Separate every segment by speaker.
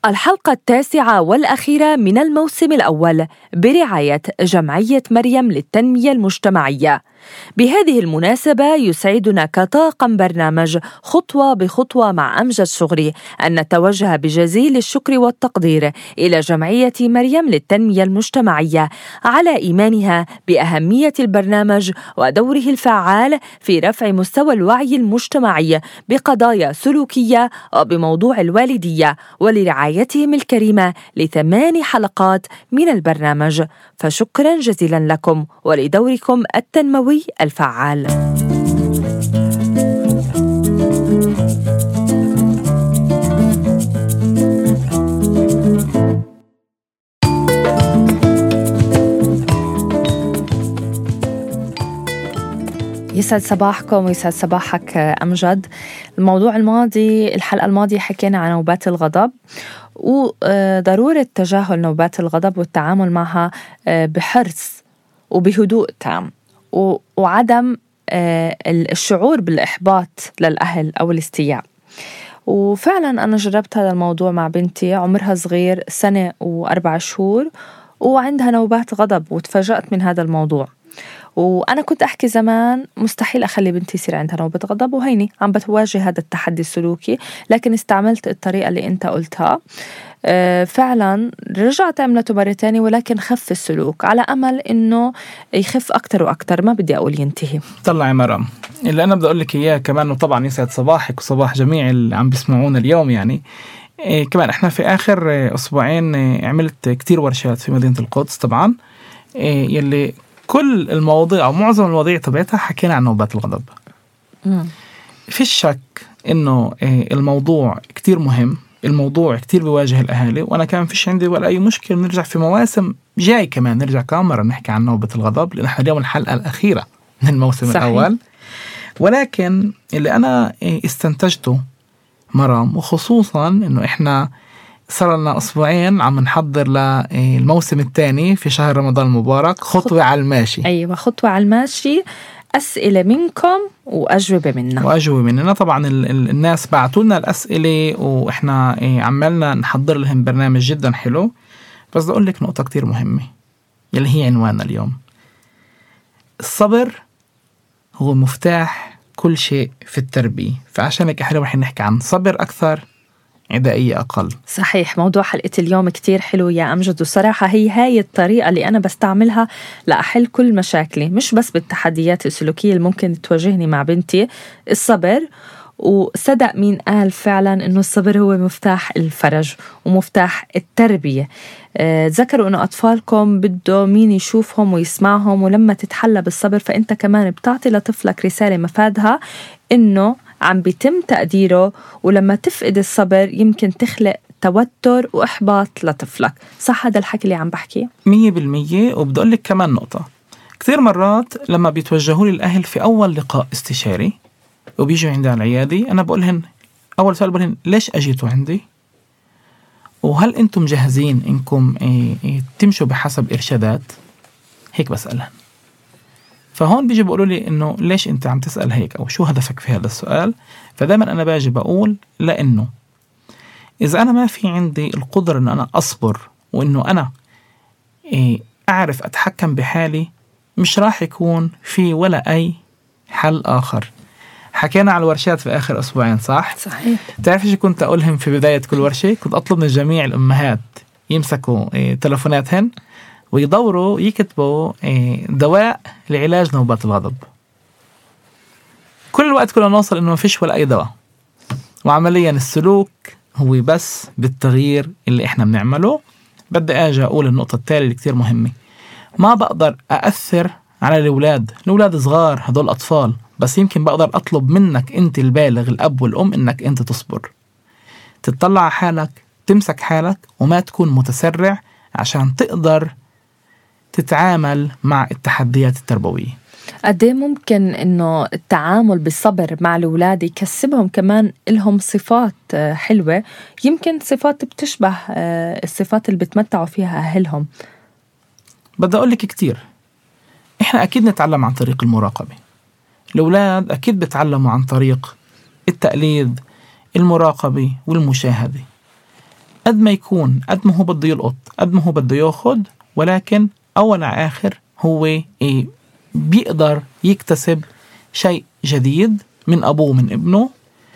Speaker 1: الحلقة 9 والأخيرة من الموسم الأول برعاية جمعية مريم للتنمية المجتمعية. بهذه المناسبة يسعدنا كطاقم برنامج خطوة بخطوة مع أمجد شغري أن نتوجه بجزيل الشكر والتقدير إلى جمعية مريم للتنمية المجتمعية على إيمانها بأهمية البرنامج ودوره الفعال في رفع مستوى الوعي المجتمعي بقضايا سلوكية وبموضوع الوالدية، ولرعايتهم الكريمة ل8 حلقات من البرنامج. فشكرا جزيلا لكم ولدوركم التنموي الفعال. يسعد صباحكم ويسعد صباحك أمجد. الموضوع الماضي، الحلقة الماضية حكينا عن نوبات الغضب وضرورة تجاهل نوبات الغضب والتعامل معها بحرص وبهدوء تام وعدم الشعور بالإحباط للأهل أو الاستياء. وفعلا أنا جربت هذا الموضوع مع بنتي عمرها صغير 1 و4 شهور وعندها نوبات غضب، وتفاجأت من هذا الموضوع. وأنا كنت أحكي زمان مستحيل أخلي بنتي يصير عندها نوبة غضب، وهيني عم بتواجه هذا التحدي السلوكي، لكن استعملت الطريقة اللي أنت قلتها. فعلا رجعت عملته مرة تانية، ولكن خف السلوك على أمل إنه يخف أكتر وأكتر، ما بدي أقول ينتهي.
Speaker 2: طلع يا مرام اللي أنا بدي أقول لك إياه كمان، وطبعا يسعد صباحك وصباح جميع اللي عم بيسمعونا اليوم. يعني كمان إحنا في آخر أسبوعين عملت كتير ورشات في مدينة القدس طبعا، يلي كل المواضيع أو معظم المواضيع طبيعتها حكينا عن نوبات الغضب. في الشك إنه الموضوع كتير مهم، الموضوع كتير بيواجه الأهالي، وأنا كمان فيش عندي ولا أي مشكلة نرجع في مواسم جاي كمان نرجع كاميرا نحكي عن نوبة الغضب، لأن إحنا اليوم الحلقة الأخيرة من الموسم صحيح. الأول. ولكن اللي أنا استنتجته مرام، وخصوصا إنه إحنا صار لنا أسبوعين عم نحضر للموسم الثاني في شهر رمضان المبارك، خطوة على الماشي.
Speaker 1: أيوة، خطوة على الماشي. أسئلة منكم وأجوبة مننا.
Speaker 2: طبعا الناس بعتوا لنا الأسئلة وإحنا عملنا نحضر لهم برنامج جدا حلو. بس بدي أقول لك نقطة كتير مهمة يلي هي عنواننا اليوم. الصبر هو مفتاح كل شيء في التربية، فعشان هيك إحنا رح نحكي عن صبر أكثر، عدائية أقل.
Speaker 1: صحيح. موضوع حلقة اليوم كتير حلو يا أمجد، وصراحة هاي الطريقة اللي أنا بستعملها لأحل كل مشاكلي، مش بس بالتحديات السلوكية اللي ممكن تواجهني مع بنتي. الصبر، وصدق مين قال فعلا إنه الصبر هو مفتاح الفرج ومفتاح التربية. ذكروا إنه أطفالكم بده مين يشوفهم ويسمعهم، ولما تتحلى بالصبر فأنت كمان بتعطي لطفلك رسالة مفادها إنه عم بيتم تقديره. ولما تفقد الصبر يمكن تخلق توتر وإحباط لطفلك. صح هذا الحكي اللي عم بحكيه
Speaker 2: 100%. وبدي أقول لك كمان نقطة، كثير مرات لما بيتوجهوا لي الأهل في أول لقاء استشاري وبيجوا عندي على العيادة، أنا بقولهن أول سؤال بقولهن ليش أجيتوا عندي، وهل أنتم جاهزين إنكم تمشوا بحسب إرشادات؟ هيك بسألهن. فهون بيجي بيقولوا لي إنه ليش أنت عم تسأل هيك، أو شو هدفك في هذا السؤال؟ فدايما أنا باجي بقول لأنه إذا أنا ما في عندي القدرة إنه أنا أصبر وإنه أنا أعرف أتحكم بحالي، مش راح يكون في ولا أي حل آخر. حكينا على الورشات في آخر أسبوعين، صح؟
Speaker 1: صحيح.
Speaker 2: تعرف إيش كنت أقولهم في بداية كل ورشة؟ كنت أطلب من جميع الأمهات يمسكوا تلفوناتهن ويدوروا يكتبوا دواء لعلاج نوبات الغضب. كل الوقت كنا نوصل إنه ما فيش ولا أي دواء، وعمليا السلوك هو بس بالتغيير اللي إحنا بنعمله. بدي أجي أقول النقطة التالية اللي كتير مهمة. ما بقدر أأثر على الأولاد صغار، هدول أطفال، بس يمكن بقدر أطلب منك أنت البالغ الأب والأم إنك أنت تصبر، تطلع على حالك، تمسك حالك، وما تكون متسرع عشان تقدر تتعامل مع التحديات التربوية.
Speaker 1: قديه ممكن إنه التعامل بالصبر مع الأولاد يكسبهم كمان لهم صفات حلوة، يمكن صفات بتشبه الصفات اللي بتمتعوا فيها أهلهم.
Speaker 2: بدي أقول لك كتير، إحنا أكيد نتعلم عن طريق المراقبة. الأولاد أكيد بتعلموا عن طريق التقليد، المراقبة والمشاهدة. قد ما يكون، قد ما هو بده يلقط، قد ما هو بده ياخد، ولكن أول على آخر هو بيقدر يكتسب شيء جديد من أبوه من ابنه،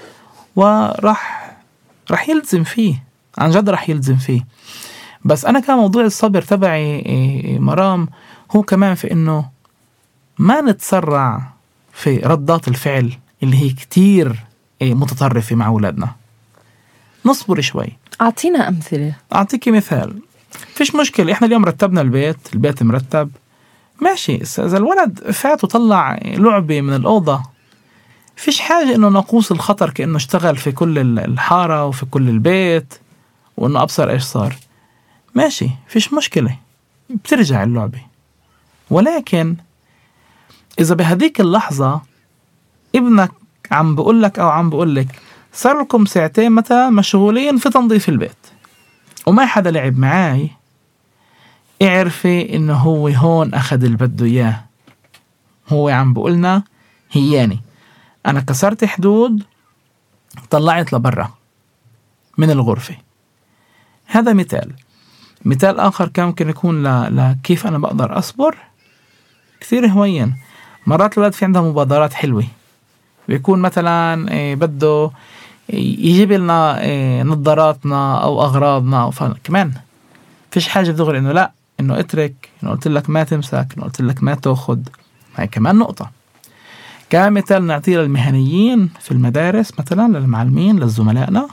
Speaker 2: رح يلزم فيه، عن جد رح يلزم فيه. بس أنا كان موضوع الصبر تبعي مرام هو كمان في إنه ما نتسرع في ردات الفعل اللي هي كتير متطرفة مع أولادنا. نصبر شوي.
Speaker 1: أعطينا أمثلة.
Speaker 2: أعطيكي مثال. فيش مشكلة، إحنا اليوم رتبنا البيت مرتب، ماشي. إذا الولد فات وطلع لعبة من الأوضة، فيش حاجة إنه نقوص الخطر كأنه اشتغل في كل الحارة وفي كل البيت وإنه أبصر إيش صار. ماشي، فيش مشكلة، بترجع اللعبة. ولكن إذا بهذيك اللحظة ابنك عم بقولك أو عم بقولك صار لكم ساعتين مثلا مشغولين في تنظيف البيت وما حدا لعب معاي، اعرفي إنه هو هون أخذ اللي بده إياه. هو عم بقولنا هياني أنا كسرت حدود، طلعت لبرا من الغرفة. هذا مثال آخر كان ممكن يكون لكيف أنا بقدر أصبر. كثير هوين مرات الولد في عندها مبادرات حلوة، بيكون مثلا بده يجيب لنا نظاراتنا أو أغراضنا، كمان فيش حاجة دغري إنه لا، إنه اترك، إنه قلت لك ما تمسك، إنه قلت لك ما تأخذ. هاي كمان نقطة. كمثال نعطيه للمهنيين في المدارس، مثلا للمعلمين للزملائنا،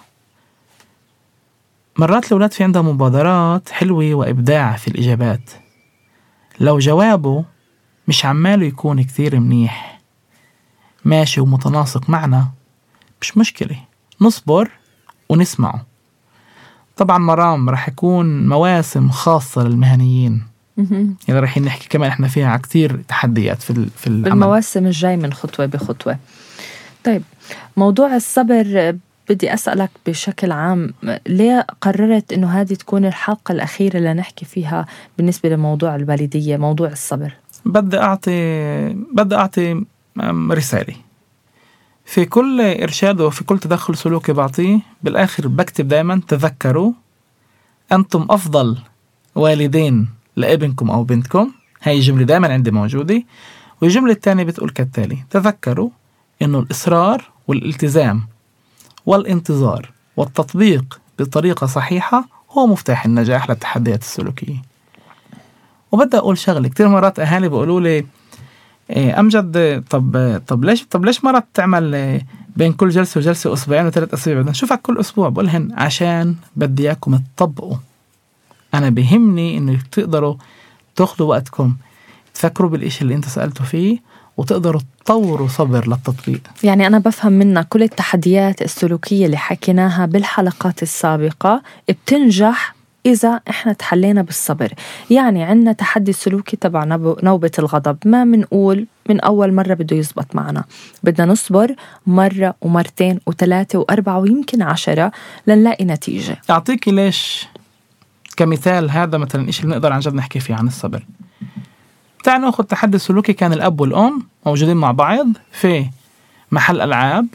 Speaker 2: مرات الأولاد في عندها مبادرات حلوة وإبداع في الإجابات. لو جوابه مش عماله يكون كثير منيح ماشي ومتناسق معنا، مش مشكلة، نصبر ونسمعه. طبعا مرام رح يكون مواسم خاصة للمهنيين، يعني رح نحكي كمان احنا فيها على كتير تحديات في العمل.
Speaker 1: المواسم الجاي من خطوة بخطوة. طيب، موضوع الصبر بدي أسألك بشكل عام، ليه قررت إنه هذه تكون الحلقة الأخيرة اللي نحكي فيها بالنسبة لموضوع الوالدية، موضوع الصبر؟ بدي أعطي
Speaker 2: رسالة في كل إرشاد وفي كل تدخل سلوكي بعطيه. بالآخر بكتب دائما تذكروا أنتم أفضل والدين لابنكم أو بنتكم. هاي الجملة دائما عندي موجودة. والجملة الثانية بتقول كالتالي: تذكروا إنه الإصرار والالتزام والانتظار والتطبيق بطريقة صحيحة هو مفتاح النجاح للتحديات السلوكية. وبدأ أقول شغلة، كتير مرات أهالي بيقولوا لي أمجد طب ليش مرات تعمل بين كل جلسة وجلسة أسبوعين و3 أسابيع، بدنا نشوفك كل أسبوع. بقولهن عشان بدي إياكم تطبقوا. أنا بهمني إنه تقدروا تاخدوا وقتكم تفكروا بالإشي اللي أنت سألتوا فيه وتقدروا تطوروا صبر للتطبيق.
Speaker 1: يعني أنا بفهم منك كل التحديات السلوكية اللي حكيناها بالحلقات السابقة بتنجح إذا إحنا تحلينا بالصبر. يعني عنا تحدي السلوكي تبع نوبة الغضب، ما منقول من أول مرة بده يزبط معنا، بدنا نصبر مرة ومرتين و3 و4 ويمكن 10 لنلاقي نتيجة.
Speaker 2: أعطيكي ليش كمثال. هذا مثلا إيش اللي نقدر عن جد نحكي فيه عن الصبر. تعال نأخذ تحدي السلوكي، كان الأب والأم موجودين مع بعض في محل ألعاب،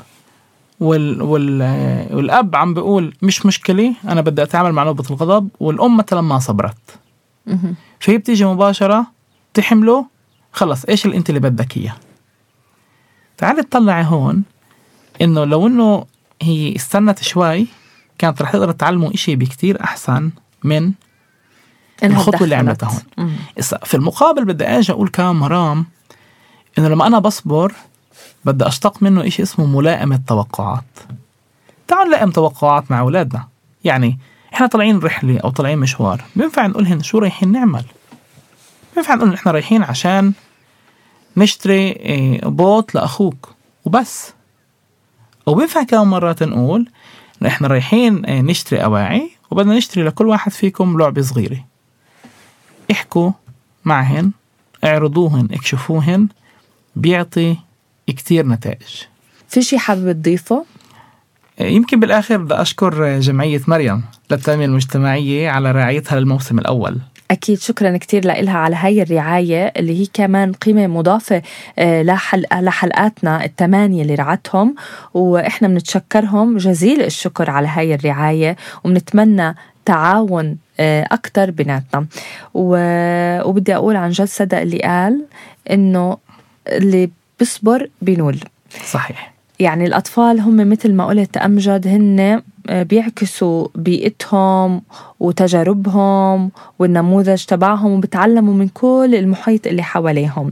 Speaker 2: والأب عم بيقول مش مشكلة أنا بدي أتعامل مع نوبة الغضب، والأم مثلا ما صبرت، فهي بتيجي مباشرة تحمله خلص إيش اللي أنت اللي بدك إياه. تعالي تطلعي هون إنه لو إنه هي استنت شوي كانت رح تقدر تتعلموا إشي بكتير أحسن من الخطوة اللي عملتها هون. في المقابل بدي أجي أقول كمان مرام إنه لما أنا بصبر بدي أشتق منه إشي اسمه ملائمة توقعات. تعال نلائم توقعات مع أولادنا. يعني إحنا طالعين رحلة أو طالعين مشوار، بينفع نقولهن شو رايحين نعمل. بينفع نقول إحنا رايحين عشان نشتري بوت لأخوك وبس. أو بينفع كمان مرات نقول إن إحنا رايحين نشتري أواعي وبدنا نشتري لكل واحد فيكم لعبة صغيرة. احكوا معهن، اعرضوهن، اكشفوهن، بيعطي كتير نتائج.
Speaker 1: في شي حابب تضيفه؟
Speaker 2: يمكن بالآخر بدي أشكر جمعية مريم للتنمية المجتمعية على رعايتها للموسم الأول.
Speaker 1: أكيد، شكرا كتير لها على هاي الرعاية اللي هي كمان قيمة مضافة لحلقاتنا 8 اللي رعتهم، وإحنا بنتشكرهم جزيل الشكر على هاي الرعاية، وبنتمنى تعاون أكتر بيناتنا. وبدي أقول عن جد صدق اللي قال إنه اللي بيصبر بينول.
Speaker 2: صحيح.
Speaker 1: يعني الأطفال هم مثل ما قلت أمجد هن بيعكسوا بيئتهم وتجاربهم والنموذج تبعهم وبتعلموا من كل المحيط اللي حواليهم.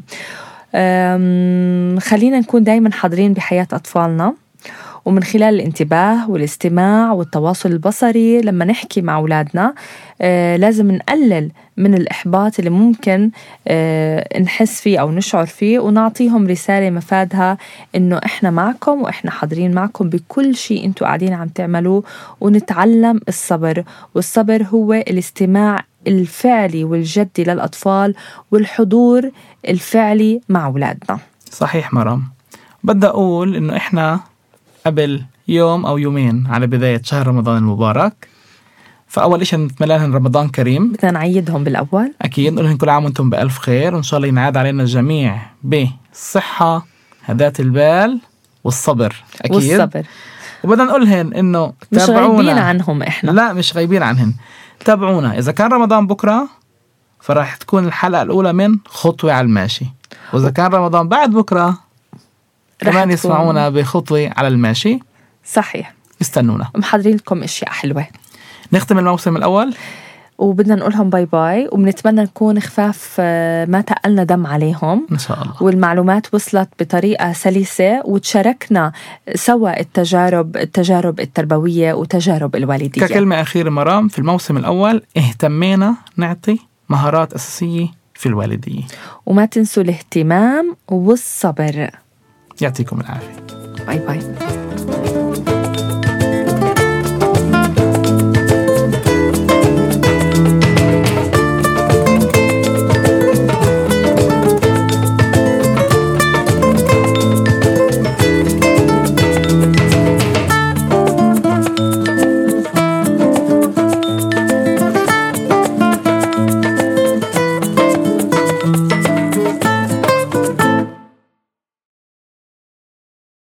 Speaker 1: خلينا نكون دايما حاضرين بحياة أطفالنا، ومن خلال الانتباه والاستماع والتواصل البصري لما نحكي مع أولادنا لازم نقلل من الإحباط اللي ممكن نحس فيه أو نشعر فيه، ونعطيهم رسالة مفادها إنه إحنا معكم وإحنا حاضرين معكم بكل شيء أنتوا قاعدين عم تعملوه، ونتعلم الصبر. والصبر هو الاستماع الفعلي والجدي للأطفال والحضور الفعلي مع أولادنا.
Speaker 2: صحيح مرام. بدي أقول إنه إحنا قبل يوم أو يومين على بداية شهر رمضان المبارك، فأول إشي نتمنى لهم رمضان كريم.
Speaker 1: بدنا نعيدهم بالأول
Speaker 2: أكيد، نقول لهم كل عام وأنتم بألف خير، وإن شاء الله ينعاد علينا الجميع بالصحة هدات البال والصبر. أكيد
Speaker 1: والصبر.
Speaker 2: وبدنا نقول لهم إنه
Speaker 1: مش
Speaker 2: تابعونا.
Speaker 1: غايبين عنهم إحنا.
Speaker 2: لا مش غايبين عنهم، تابعونا. إذا كان رمضان بكرة فراح تكون الحلقة الأولى من خطوة على الماشي، وإذا كان رمضان بعد بكرة كمان يسمعونا بخطوة على الماشي.
Speaker 1: صحيح.
Speaker 2: استنونا،
Speaker 1: محضرين لكم اشياء حلوة.
Speaker 2: نختم الموسم الأول
Speaker 1: وبدنا نقولهم باي باي، وبنتمنى نكون خفاف ما تقلنا دم عليهم
Speaker 2: إن شاء الله،
Speaker 1: والمعلومات وصلت بطريقة سلسة، وتشاركنا سوا التجارب التربوية وتجارب الوالدية.
Speaker 2: ككلمة أخيرة مرام، في الموسم الأول اهتمينا نعطي مهارات أساسية في الوالدية،
Speaker 1: وما تنسوا الاهتمام والصبر.
Speaker 2: يعطيكم العافية.
Speaker 1: باي باي.